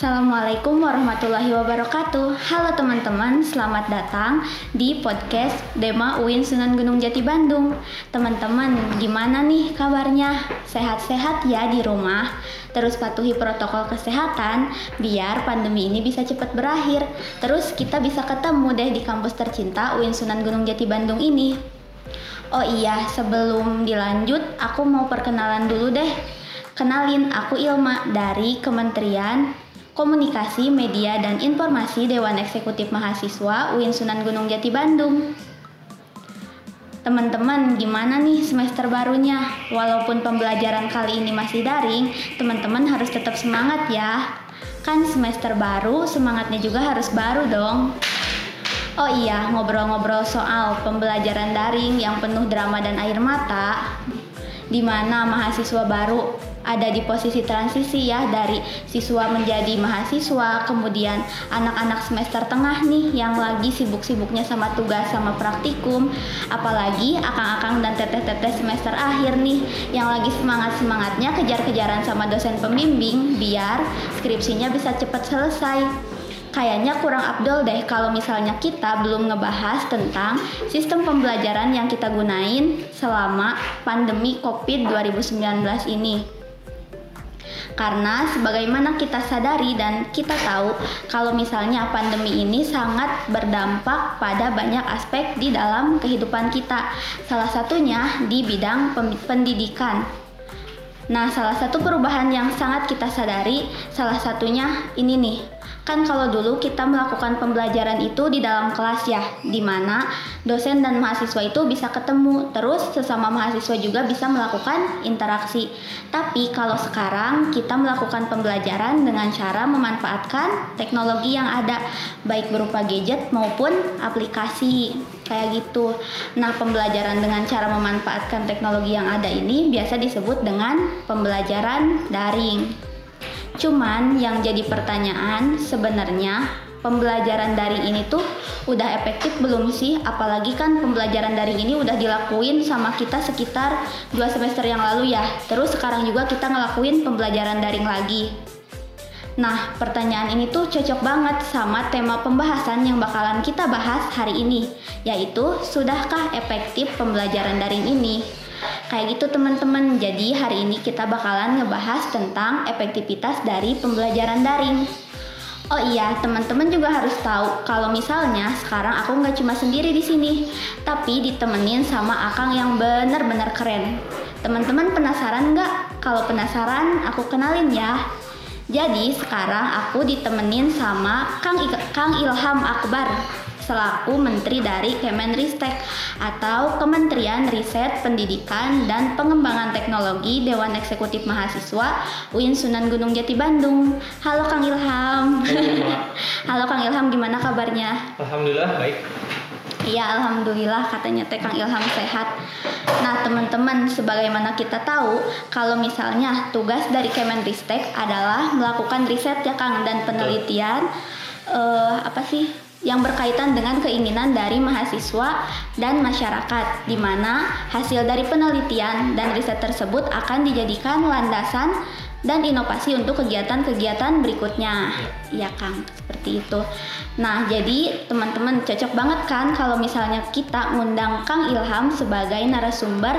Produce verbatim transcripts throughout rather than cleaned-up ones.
Assalamualaikum warahmatullahi wabarakatuh. Halo teman-teman, selamat datang di podcast Dema U I N Sunan Gunung Jati Bandung. Teman-teman, gimana nih kabarnya? Sehat-sehat ya di rumah? Terus patuhi protokol kesehatan biar pandemi ini bisa cepat berakhir. Terus kita bisa ketemu deh di kampus tercinta U I N Sunan Gunung Jati Bandung ini. Oh iya, sebelum dilanjut, aku mau perkenalan dulu deh. Kenalin, aku Ilma dari Kementerian Komunikasi, Media, dan Informasi Dewan Eksekutif Mahasiswa U I N Sunan Gunung Jati Bandung. Teman-teman, gimana nih semester barunya? Walaupun pembelajaran kali ini masih daring, teman-teman harus tetap semangat ya. Kan semester baru, semangatnya juga harus baru dong. Oh iya, ngobrol-ngobrol soal pembelajaran daring yang penuh drama dan air mata, di mana mahasiswa baru ada di posisi transisi ya, dari siswa menjadi mahasiswa, kemudian anak-anak semester tengah nih yang lagi sibuk-sibuknya sama tugas sama praktikum, apalagi akang-akang dan teteh-teteh semester akhir nih yang lagi semangat-semangatnya kejar-kejaran sama dosen pembimbing biar skripsinya bisa cepat selesai. Kayaknya kurang afdol deh kalau misalnya kita belum ngebahas tentang sistem pembelajaran yang kita gunain selama pandemi covid dua ribu sembilan belas ini. Karena sebagaimana kita sadari dan kita tahu kalau misalnya pandemi ini sangat berdampak pada banyak aspek di dalam kehidupan kita. Salah satunya di bidang pendidikan. Nah, salah satu perubahan yang sangat kita sadari, salah satunya ini nih. Kan kalau dulu kita melakukan pembelajaran itu di dalam kelas ya, di mana dosen dan mahasiswa itu bisa ketemu, terus sesama mahasiswa juga bisa melakukan interaksi. Tapi kalau sekarang kita melakukan pembelajaran dengan cara memanfaatkan teknologi yang ada, baik berupa gadget maupun aplikasi, kayak gitu. Nah, pembelajaran dengan cara memanfaatkan teknologi yang ada ini biasa disebut dengan pembelajaran daring. Cuman yang jadi pertanyaan sebenarnya pembelajaran daring ini tuh udah efektif belum sih? Apalagi kan pembelajaran daring ini udah dilakuin sama kita sekitar dua semester yang lalu ya. Terus sekarang juga kita ngelakuin pembelajaran daring lagi. Nah, pertanyaan ini tuh cocok banget sama tema pembahasan yang bakalan kita bahas hari ini, yaitu sudahkah efektif pembelajaran daring ini? Kayak gitu teman-teman, jadi hari ini kita bakalan ngebahas tentang efektivitas dari pembelajaran daring. Oh iya, teman-teman juga harus tahu kalau misalnya sekarang aku nggak cuma sendiri di sini, tapi ditemenin sama akang yang bener-bener keren. Teman-teman penasaran nggak? Kalau penasaran, aku kenalin ya. Jadi sekarang aku ditemenin sama Kang, I- Kang Ilham Akbar selaku Menteri dari Kemenristek atau Kementerian Riset, Pendidikan, dan Pengembangan Teknologi Dewan Eksekutif Mahasiswa U I N Sunan Gunung Jati Bandung. Halo Kang Ilham. Halo, Halo Kang Ilham, gimana kabarnya? Alhamdulillah baik. Iya, alhamdulillah, katanya teh Kang Ilham sehat. Nah, teman-teman, sebagaimana kita tahu, kalau misalnya tugas dari Kemenristek adalah melakukan riset ya Kang, dan penelitian uh, apa sih yang berkaitan dengan keinginan dari mahasiswa dan masyarakat, di mana hasil dari penelitian dan riset tersebut akan dijadikan landasan dan inovasi untuk kegiatan-kegiatan berikutnya. Iya Kang, seperti itu. Nah, jadi teman-teman cocok banget kan kalau misalnya kita ngundang Kang Ilham sebagai narasumber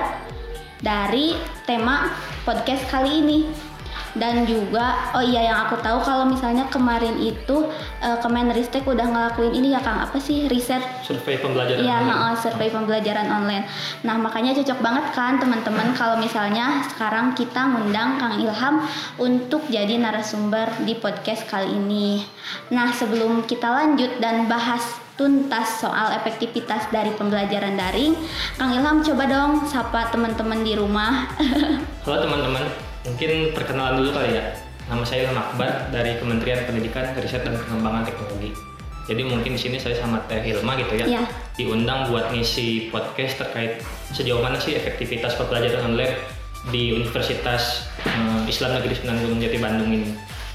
dari tema podcast kali ini. Dan juga, oh iya yang aku tahu kalau misalnya kemarin itu uh, Kemenristek udah ngelakuin ini ya Kang, apa sih, riset Survei pembelajaran Iya, online. uh, survei pembelajaran online. Nah, makanya cocok banget kan teman-teman kalau misalnya sekarang kita ngundang Kang Ilham untuk jadi narasumber di podcast kali ini. Nah, sebelum kita lanjut dan bahas tuntas soal efektivitas dari pembelajaran daring, Kang Ilham coba dong sapa teman-teman di rumah. Halo teman-teman, mungkin perkenalan dulu kali ya. Nama saya Ilham Akbar dari Kementerian Pendidikan, Riset, dan Pengembangan Teknologi. Jadi mungkin di sini saya sama Teh Hilma gitu ya, Ya. diundang buat ngisi podcast terkait sejauh mana sih efektivitas pembelajaran online di Universitas eh, Islam Negeri Sunan Gunung Jati Bandung ini.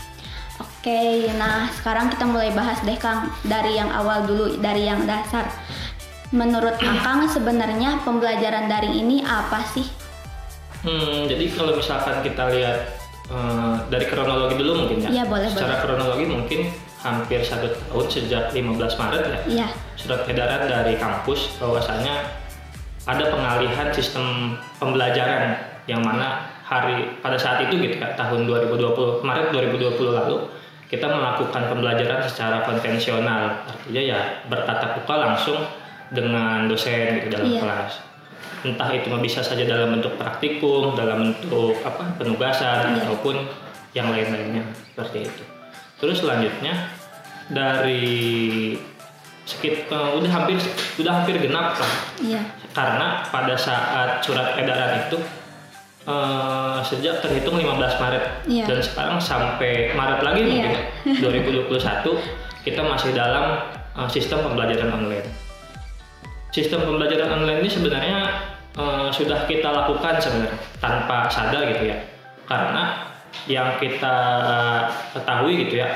Oke, nah sekarang kita mulai bahas deh Kang, dari yang awal dulu, dari yang dasar. Menurut Akang sebenarnya pembelajaran daring ini apa sih? Hmm, jadi kalau misalkan kita lihat uh, dari kronologi dulu mungkin ya. Iya, boleh, Secara boleh. kronologi mungkin hampir satu tahun sejak lima belas Maret ya. Iya. Surat edaran dari kampus bahwasanya ada pengalihan sistem pembelajaran yang mana hari pada saat itu gitu ya, tahun dua ribu dua puluh Maret dua ribu dua puluh lalu kita melakukan pembelajaran secara konvensional, artinya ya bertatap muka langsung dengan dosen gitu dalam Iya. kelas. Entah itu bisa saja dalam bentuk praktikum, dalam bentuk apa penugasan Iya. ataupun yang lain-lainnya seperti itu. Terus selanjutnya dari sekit uh, udah hampir udah hampir genap lah. Iya. Karena pada saat surat edaran itu uh, sejak terhitung lima belas Maret Iya. dan sekarang sampai Maret lagi Iya. mungkin ya, dua ribu dua puluh satu kita masih dalam uh, sistem pembelajaran online. Sistem pembelajaran online ini sebenarnya uh, sudah kita lakukan sebenarnya tanpa sadar gitu ya. Karena yang kita ketahui gitu ya,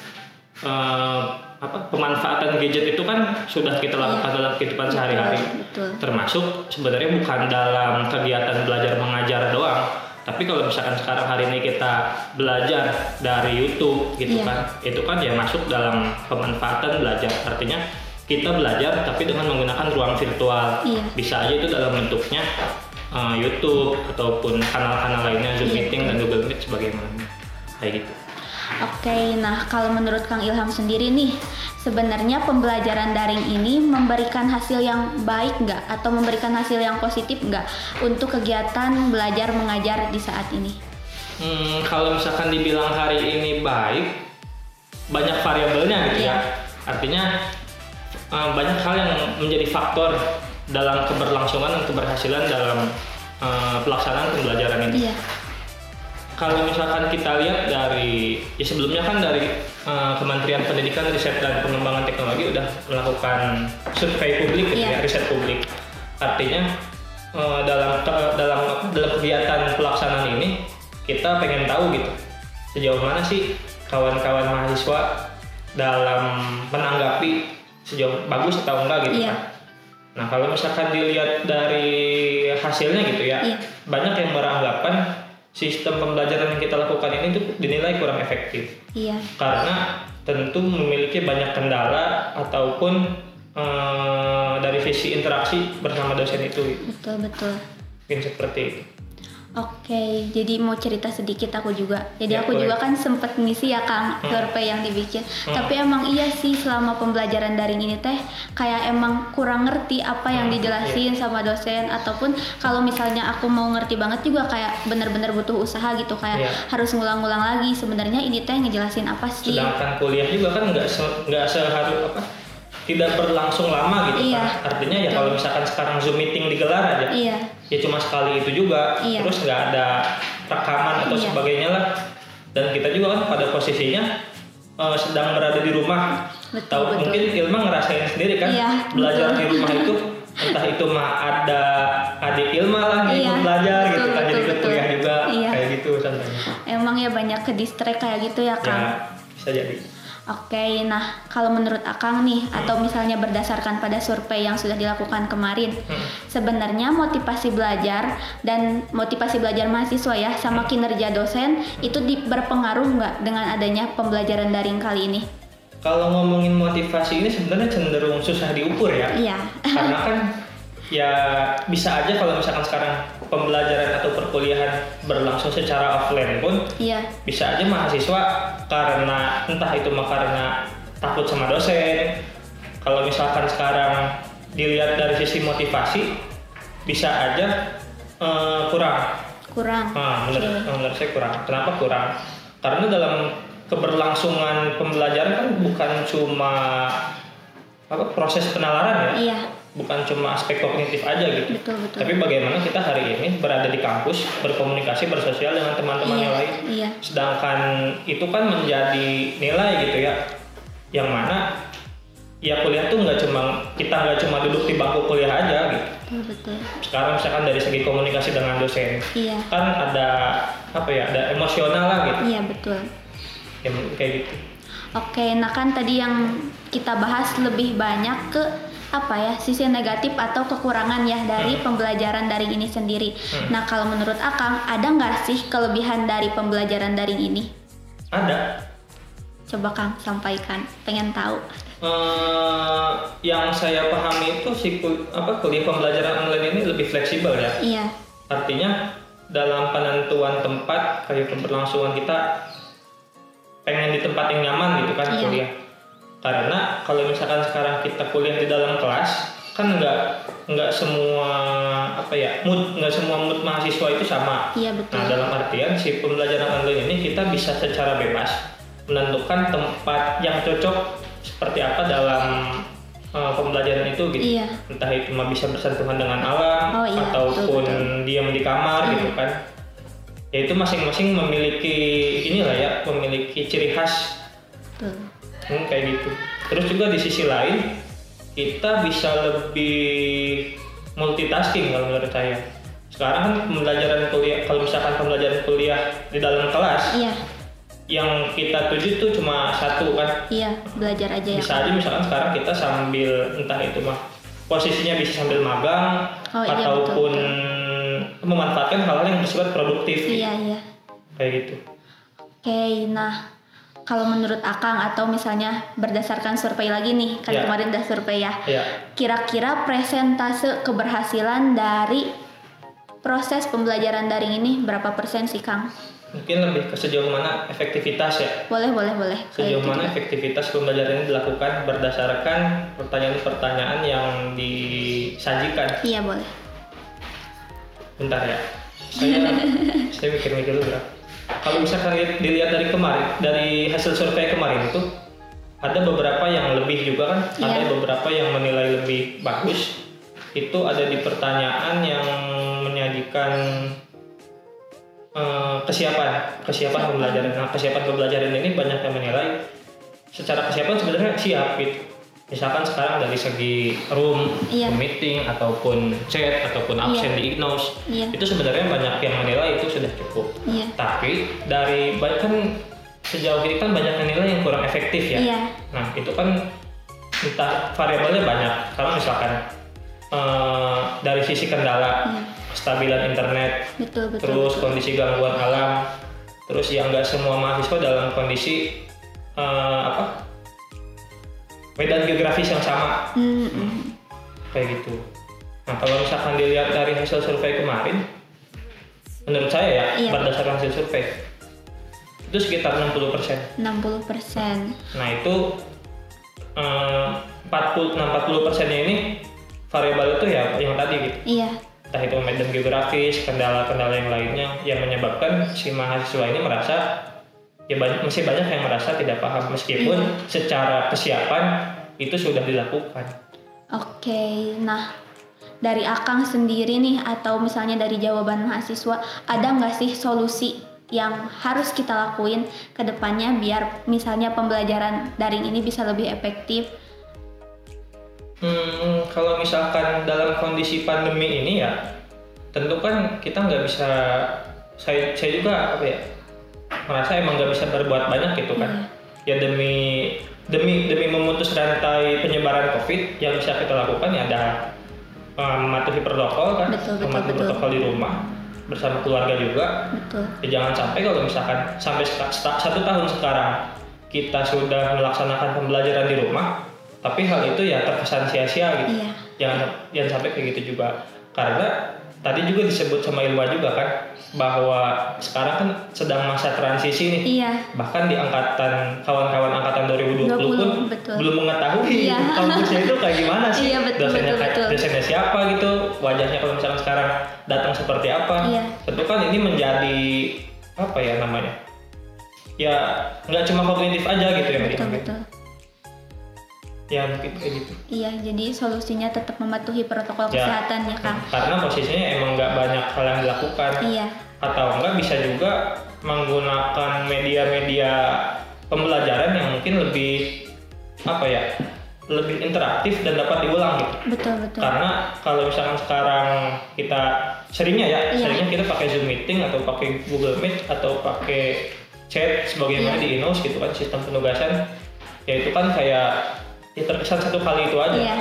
uh, apa pemanfaatan gadget itu kan sudah kita lakukan Iya. dalam kehidupan sehari-hari. Betul. Termasuk sebenarnya bukan dalam kegiatan belajar mengajar doang, tapi kalau misalkan sekarang hari ini kita belajar dari YouTube gitu Iya. kan, itu kan ya masuk dalam pemanfaatan belajar. Artinya kita belajar tapi dengan menggunakan ruang virtual. Iya. Bisa aja itu dalam bentuknya uh, YouTube ataupun kanal-kanal lainnya, Zoom Iya. Meeting dan Google Meet sebagaimana kayak gitu. Oke, nah kalau menurut Kang Ilham sendiri nih, sebenarnya pembelajaran daring ini memberikan hasil yang baik nggak? Atau memberikan hasil yang positif nggak untuk kegiatan belajar mengajar di saat ini? Hmm, kalau misalkan dibilang hari ini baik, banyak variabelnya gitu Iya. ya. Artinya uh, banyak hal yang menjadi faktor dalam keberlangsungan dan keberhasilan dalam uh, pelaksanaan pembelajaran ini. Iya. Kalau misalkan kita lihat dari, ya sebelumnya kan dari uh, Kementerian Pendidikan, Riset dan Pengembangan Teknologi udah melakukan survei publik gitu Iya. ya, riset publik. Artinya uh, dalam dalam dalam kegiatan pelaksanaan ini kita pengen tahu gitu sejauh mana sih kawan-kawan mahasiswa dalam menanggapi sejauh bagus atau enggak gitu Iya. kan. Nah kalau misalkan dilihat dari hasilnya gitu ya, Iya. banyak yang beranggapan sistem pembelajaran yang kita lakukan ini tuh dinilai kurang efektif Iya. karena tentu memiliki banyak kendala ataupun eh, dari sisi interaksi bersama dosen itu Betul, betul. mungkin seperti itu. Oke, jadi mau cerita sedikit aku juga. Jadi Ya, aku boleh. juga kan sempet ngisi ya Kang Hmm. survei yang dibikin. Hmm. Tapi emang iya sih selama pembelajaran daring ini teh kayak emang kurang ngerti apa yang Hmm, dijelasin sama dosen, ataupun kalau misalnya aku mau ngerti banget juga kayak bener-bener butuh usaha gitu, kayak Iya. harus ngulang-ngulang lagi sebenarnya ini teh ngejelasin apa sih. Sedangkan kuliah juga kan nggak se- nggak seharus apa tidak berlangsung lama gitu Iya, kan. Artinya ya betul. kalau misalkan sekarang Zoom meeting digelar aja, Iya, ya cuma sekali itu juga, Iya. terus nggak ada rekaman atau Iya. sebagainya lah. Dan kita juga kan pada posisinya eh, sedang berada di rumah. Betul, Tahu betul. mungkin Ilma ngerasain sendiri kan, Iya, belajar betul. di rumah itu entah itu mah ada adik Ilma lah yang Iya, ikut belajar betul, gitu kan, jadi betul, ikut betul. kuliah juga Iya. kayak gitu contohnya. emang ya banyak ke distract kayak gitu ya Kang. Ya bisa jadi. Oke, nah kalau menurut Akang nih, atau misalnya berdasarkan pada survei yang sudah dilakukan kemarin, Hmm. sebenarnya motivasi belajar dan motivasi belajar mahasiswa ya sama kinerja dosen itu di- berpengaruh nggak dengan adanya pembelajaran daring kali ini? Kalau ngomongin motivasi ini sebenarnya cenderung susah diukur ya. Iya. Karena kan ya bisa aja kalau misalkan sekarang pembelajaran atau perkuliahan berlangsung secara offline pun Iya. bisa aja mahasiswa karena entah itu mah karena takut sama dosen. Kalau misalkan sekarang dilihat dari sisi motivasi bisa aja eh, kurang. Kurang. Nah, menurut, Oke. menurut saya kurang. Kenapa kurang? Karena dalam keberlangsungan pembelajaran kan bukan cuma apa proses penalaran ya, Iya, bukan cuma aspek kognitif aja gitu. betul betul. Tapi bagaimana kita hari ini berada di kampus, berkomunikasi, bersosial dengan teman-teman Iya, yang lain. iya. Sedangkan itu kan menjadi nilai gitu ya, yang mana ya kuliah tuh nggak cuma kita nggak cuma duduk di bangku kuliah aja gitu. Betul betul. Sekarang misalkan dari segi komunikasi dengan dosen, Iya. kan ada apa ya, ada emosional lah gitu, Iya betul. ya, kayak gitu. Oke, nah kan tadi yang kita bahas lebih banyak ke apa ya sisi negatif atau kekurangan ya dari Hmm. pembelajaran daring ini sendiri. Hmm. Nah kalau menurut Akang ada nggak sih kelebihan dari pembelajaran daring ini? Ada. Coba Kang sampaikan, pengen tahu. Eh, yang saya pahami itu si kul- apa kuliah pembelajaran online ini lebih fleksibel ya. Iya, Artinya dalam penentuan tempat kayak keberlangsungan kita pengen di tempat yang nyaman gitu kan Iya. kuliah. Karena kalau misalkan sekarang kita kuliah di dalam kelas kan nggak nggak semua apa ya mood nggak semua mood mahasiswa itu sama. iya betul. Nah dalam artian si pembelajaran online ini kita bisa secara bebas menentukan tempat yang cocok seperti apa dalam uh, pembelajaran itu gitu. Iya. Entah itu mah bisa bersentuhan dengan alam Oh, iya, ataupun betul, betul. diam di kamar Iya. gitu kan. Ya itu masing-masing memiliki inilah ya memiliki ciri khas. Betul. Hmm, kayak gitu. Terus juga di sisi lain kita bisa lebih multitasking kalau menurut saya. Sekarang kan pembelajaran kuliah, kalau misalkan pembelajaran kuliah di dalam kelas, Iya, yang kita tuju tuh cuma satu kan. iya belajar aja ya. Bisa Kang. aja misalkan sekarang kita sambil entah itu mah posisinya bisa sambil magang Oh, iya, ataupun betul, memanfaatkan hal-hal yang bersifat produktif. Iya iya. Kayak gitu. Oke, nah kalau menurut Akang atau misalnya berdasarkan survei lagi nih, kan Ya. kemarin udah survei ya. Ya. Kira-kira presentase keberhasilan dari proses pembelajaran daring ini berapa persen sih Kang? Mungkin lebih ke sejauh mana efektivitas ya. Boleh, boleh, boleh. Sejauh Kayak mana gitu. efektivitas pembelajaran ini dilakukan berdasarkan pertanyaan-pertanyaan yang disajikan. Iya, boleh. Bentar ya. Saya saya mikir-mikir dulu ya. Kalau misalkan li- dilihat dari kemarin, dari hasil survei kemarin itu ada beberapa yang lebih juga kan, ada Iya. beberapa yang menilai lebih bagus. Itu ada di pertanyaan yang menyajikan eh, kesiapan, kesiapan Kesiapan. pembelajaran. Nah, kesiapan pembelajaran ini banyak yang menilai secara kesiapan sebenarnya siap gitu. Misalkan sekarang dari segi room, Iya. meeting ataupun chat ataupun absen Iya. di Ignos, Iya. itu sebenarnya banyak yang menilai itu sudah cukup. Iya. Tapi dari banyak kan sejauh ini kan banyak yang nilai yang kurang efektif ya. Iya. Nah itu kan entah variabelnya banyak. Karena misalkan eh, dari sisi kendala, Iya. kestabilan internet, Betul, betul. terus betul. kondisi gangguan alam, terus yang nggak semua mahasiswa dalam kondisi eh, apa medan geografis yang sama Hmm, hmm. kayak gitu. Nah kalau misalkan dilihat dari hasil survei kemarin, menurut saya ya Iya. berdasarkan hasil survei itu sekitar enam puluh persen. enam puluh persen. Nah itu eh, empat puluh empat puluh persennya ini variabel itu ya yang tadi gitu. Iya. Entah itu medan geografis, kendala-kendala yang lainnya yang menyebabkan si mahasiswa ini merasa ya banyak, masih banyak yang merasa tidak paham meskipun Iya. secara kesiapan itu sudah dilakukan. Oke, nah dari Akang sendiri nih atau misalnya dari jawaban mahasiswa, ada nggak sih solusi yang harus kita lakuin ke depannya biar misalnya pembelajaran daring ini bisa lebih efektif? Hmm, kalau misalkan dalam kondisi pandemi ini ya, tentu kan kita nggak bisa, saya, saya juga apa ya, merasa emang nggak bisa berbuat banyak gitu kan. Ya demi demi demi memutus rantai penyebaran COVID yang bisa kita lakukan ya ada um, mematuhi protokol kan, Betul, betul, mematuhi betul. protokol di rumah bersama keluarga juga. Betul. Ya, jangan sampai kalau misalkan sampai seka- sta- satu tahun sekarang kita sudah melaksanakan pembelajaran di rumah, tapi hal itu ya terkesan sia-sia gitu. Iya. Jangan jangan sampai kayak gitu juga. Karena tadi juga disebut sama Ilma juga kan bahwa sekarang kan sedang masa transisi nih. Iya. Bahkan di angkatan kawan-kawan angkatan dua ribu dua puluh pun dua puluh, betul. belum mengetahui Iya. kampusnya itu kayak gimana sih, Iya, betul, dosennya betul, kayak betul. dosennya siapa gitu, wajahnya kalau misalkan sekarang datang seperti apa. Iya. Tentu kan ini menjadi apa ya namanya? Ya nggak cuma kognitif aja gitu yang Betul, diambil. betul. Ya mungkin kayak gitu. Iya, jadi solusinya tetap mematuhi protokol Ya. kesehatan ya Kang. Karena posisinya emang nggak banyak hal yang dilakukan. Iya. Atau enggak bisa juga menggunakan media-media pembelajaran yang mungkin lebih apa ya lebih interaktif dan dapat diulang gitu. Betul, betul. Karena kalau misalkan sekarang kita seringnya ya Iya. seringnya kita pakai Zoom meeting atau pakai Google Meet atau pakai chat sebagaimana Iya. di Inos gitu kan sistem penugasan ya itu kan kayak ya terkesan satu kali itu aja. Iya.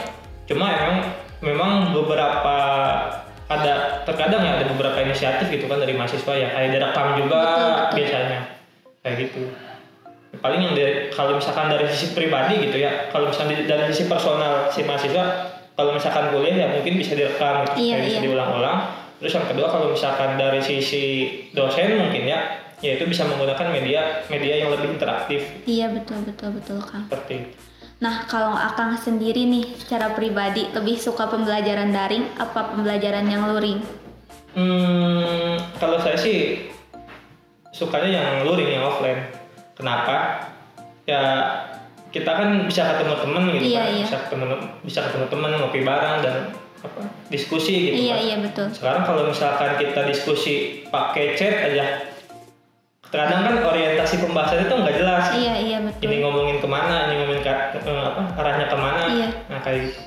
Cuma emang memang beberapa ada terkadang ya ada beberapa inisiatif gitu kan dari mahasiswa ya kayak direkam juga Betul, betul. biasanya kayak gitu. Paling yang dari kalau misalkan dari sisi pribadi gitu ya, kalau misalkan dari sisi personal si mahasiswa, kalau misalkan kuliah ya mungkin bisa direkam gitu, Iya, kayak bisa iya. diulang-ulang. Terus yang kedua kalau misalkan dari sisi dosen mungkin ya, ya itu bisa menggunakan media media yang lebih interaktif Iya betul betul betul Kang. seperti itu. Nah kalau Akang sendiri nih secara pribadi lebih suka pembelajaran daring apa pembelajaran yang luring? Hmm, kalau saya sih sukanya yang luring, yang offline. Kenapa? Ya kita kan bisa ketemu teman gitu Iya, kan, iya. bisa ketemu bisa ketemu teman ngopi bareng dan apa diskusi gitu Iya kan. iya betul. Sekarang kalau misalkan kita diskusi pakai chat aja, terkadang kan orientasi pembahasan itu nggak jelas. Iya iya betul. Ini ngomongin kemana, ini ngomongin ke, eh, apa arahnya kemana. Iya. Nah kayak gitu.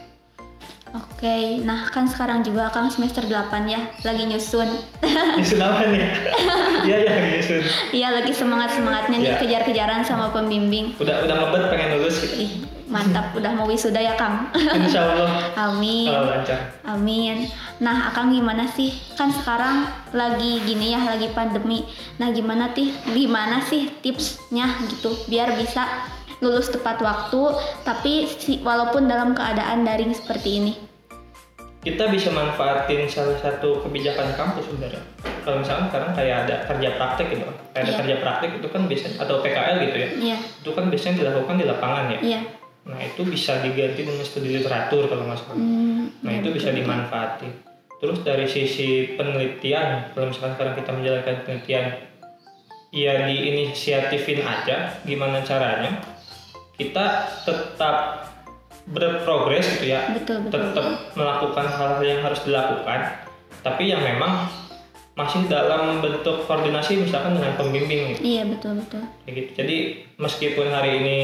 Oke, nah kan sekarang juga Akang semester delapan ya, lagi nyusun. Nyusun apa nih? Iya ya nyusun. Iya lagi semangat-semangatnya nih Iya. kejar-kejaran sama pembimbing. Udah udah ngebet pengen lulus gitu. Ih, mantap udah mau wisuda ya Kang. Insya Allah Amin. kalau lancar. Amin. Nah, Akang gimana sih? Kan sekarang lagi gini ya, lagi pandemi. Nah, gimana sih? Gimana sih tipsnya gitu biar bisa lulus tepat waktu tapi si, walaupun dalam keadaan daring seperti ini? Kita bisa manfaatin salah satu kebijakan kampus sebenarnya. Kalau misalkan sekarang kayak ada kerja praktek gitu, kayak ada Iya. kerja praktek itu kan biasanya atau P K L gitu ya, Iya. itu kan biasanya dilakukan di lapangan ya. Iya. Nah itu bisa diganti dengan studi literatur kalau nggak salah. Hmm, Nah iya, itu bisa betul, betul. dimanfaati. Terus dari sisi penelitian, kalau misalkan sekarang kita menjalankan penelitian, ya diinisiatifin aja gimana caranya kita tetap berprogres gitu ya, Betul, betul. tetap melakukan hal-hal yang harus dilakukan, tapi yang memang masih dalam bentuk koordinasi misalkan dengan pembimbing gitu. Iya, betul betul. Kayak gitu. Jadi meskipun hari ini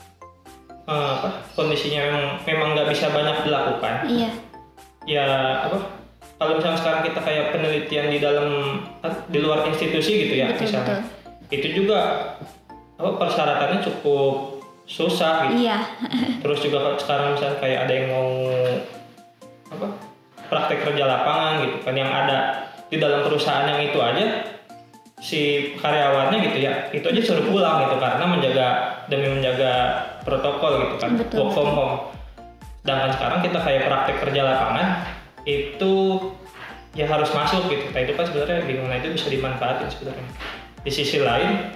eh, apa kondisinya memang memang nggak bisa banyak dilakukan, Iya. ya apa kalau misalnya sekarang kita kayak penelitian di dalam di luar institusi gitu ya Betul, misalnya, betul. itu juga apa persyaratannya cukup susah gitu. Iya. Terus juga kalau sekarang misalnya kayak ada yang mau apa praktek kerja lapangan gitu kan yang ada di dalam perusahaan yang itu aja si karyawannya gitu ya itu aja suruh pulang gitu karena menjaga demi menjaga protokol gitu kan, Betul, work from betul. home. Sedangkan sekarang kita kayak praktek kerja lapangan itu ya harus masuk gitu. Nah itu kan sebenarnya gimana itu bisa dimanfaatin sebenarnya. Di sisi lain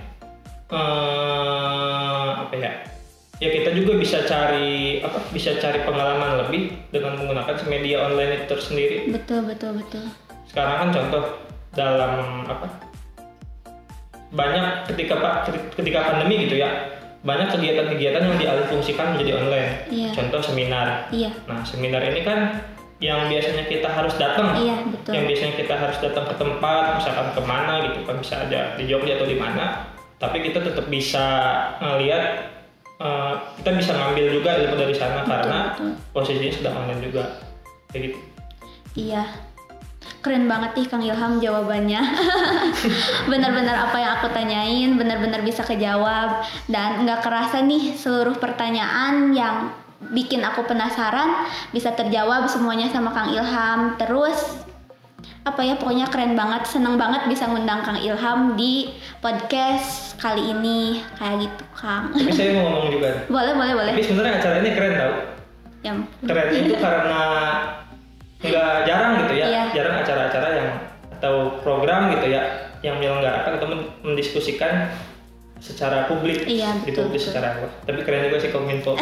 eh, apa ya? Ya kita juga bisa cari apa? Bisa cari pengalaman lebih dengan menggunakan media online itu tersendiri. Betul betul betul. Sekarang kan contoh dalam apa? Banyak ketika pak ketika pandemi gitu ya, banyak kegiatan-kegiatan yang dialihfungsikan menjadi online. Iya. Contoh seminar. Iya. Nah seminar ini kan yang biasanya kita harus datang, Iya, betul. yang biasanya kita harus datang ke tempat, misalkan kemana gitu kan, bisa ada di Jogja atau di mana, tapi kita tetap bisa ngelihat, uh, kita bisa ngambil juga ilmu dari sana Betul, karena betul. posisinya sudah online juga, kayak gitu. Iya. Keren banget nih Kang Ilham jawabannya. Benar-benar apa yang aku tanyain benar-benar bisa kejawab dan nggak kerasa nih seluruh pertanyaan yang bikin aku penasaran bisa terjawab semuanya sama Kang Ilham. Terus apa ya pokoknya keren banget, seneng banget bisa ngundang Kang Ilham di podcast kali ini kayak gitu Kang. Tapi saya mau ngomong juga. Boleh boleh boleh. Tapi sebenarnya acara ini keren tau. Ya. Keren itu karena nggak jarang gitu ya, Iya. jarang acara-acara yang atau program gitu ya yang menyelenggarakan atau mendiskusikan secara publik, Iya, betul, dipublis betul. secara apa. Tapi keren juga sih Kominfo.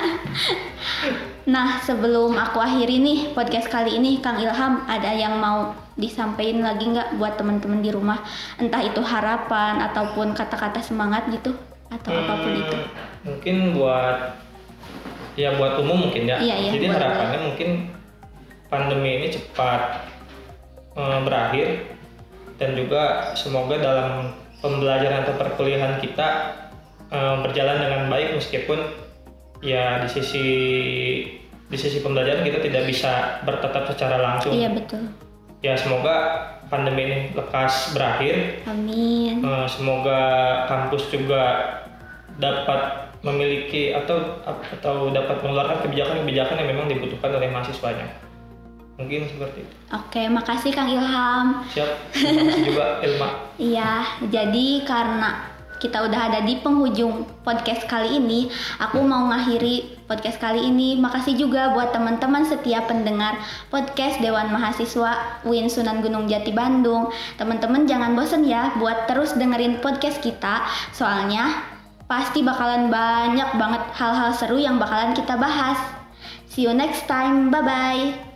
Nah, sebelum aku akhiri nih podcast kali ini, Kang Ilham, ada yang mau disampaikan lagi nggak buat teman-teman di rumah? Entah itu harapan ataupun kata-kata semangat gitu, atau Hmm, apapun itu. Mungkin buat ya buat umum mungkin ya. Iya, iya, Jadi boleh, harapannya mungkin pandemi ini cepat eh, berakhir dan juga semoga dalam pembelajaran atau perkuliahan kita eh, berjalan dengan baik meskipun ya di sisi di sisi pembelajaran kita tidak bisa bertatap secara langsung. Iya, betul. Ya semoga pandemi ini lekas berakhir. Amin. Eh, semoga kampus juga dapat memiliki atau atau dapat mengeluarkan kebijakan-kebijakan yang memang dibutuhkan oleh mahasiswanya. Mungkin seperti itu. Oke, makasih Kang Ilham. Siap. Terima kasih juga Ilma. Iya, jadi karena kita udah ada di penghujung podcast kali ini, aku mau ngakhiri podcast kali ini. Makasih juga buat teman-teman setiap pendengar podcast Dewan Mahasiswa U I N Sunan Gunung Jati Bandung. Teman-teman jangan bosen ya buat terus dengerin podcast kita, soalnya pasti bakalan banyak banget hal-hal seru yang bakalan kita bahas. See you next time, bye-bye.